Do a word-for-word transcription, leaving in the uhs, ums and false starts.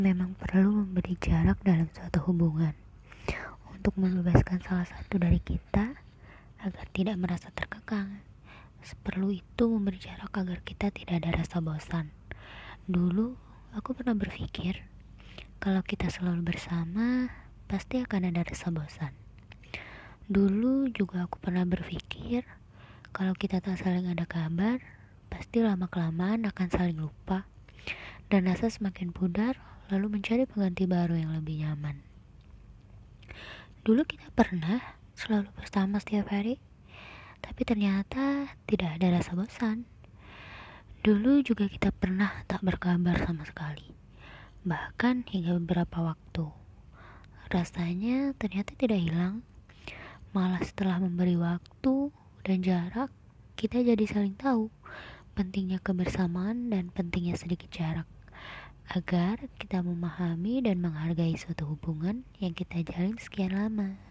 Memang perlu memberi jarak dalam suatu hubungan untuk membebaskan salah satu dari kita agar tidak merasa terkekang. Seperlu itu memberi jarak agar kita tidak ada rasa bosan. Dulu aku pernah berpikir kalau kita selalu bersama pasti akan ada rasa bosan. Dulu juga aku pernah berpikir kalau kita tak saling ada kabar pasti lama-kelamaan akan saling lupa dan rasa semakin pudar, lalu mencari pengganti baru yang lebih nyaman. Dulu kita pernah selalu bersama setiap hari, tapi ternyata tidak ada rasa bosan. Dulu juga kita pernah tak berkabar sama sekali, bahkan hingga beberapa waktu. Rasanya ternyata tidak hilang, malah setelah memberi waktu dan jarak, kita jadi saling tahu pentingnya kebersamaan dan pentingnya sedikit jarak, agar kita memahami dan menghargai suatu hubungan yang kita jalin sekian lama.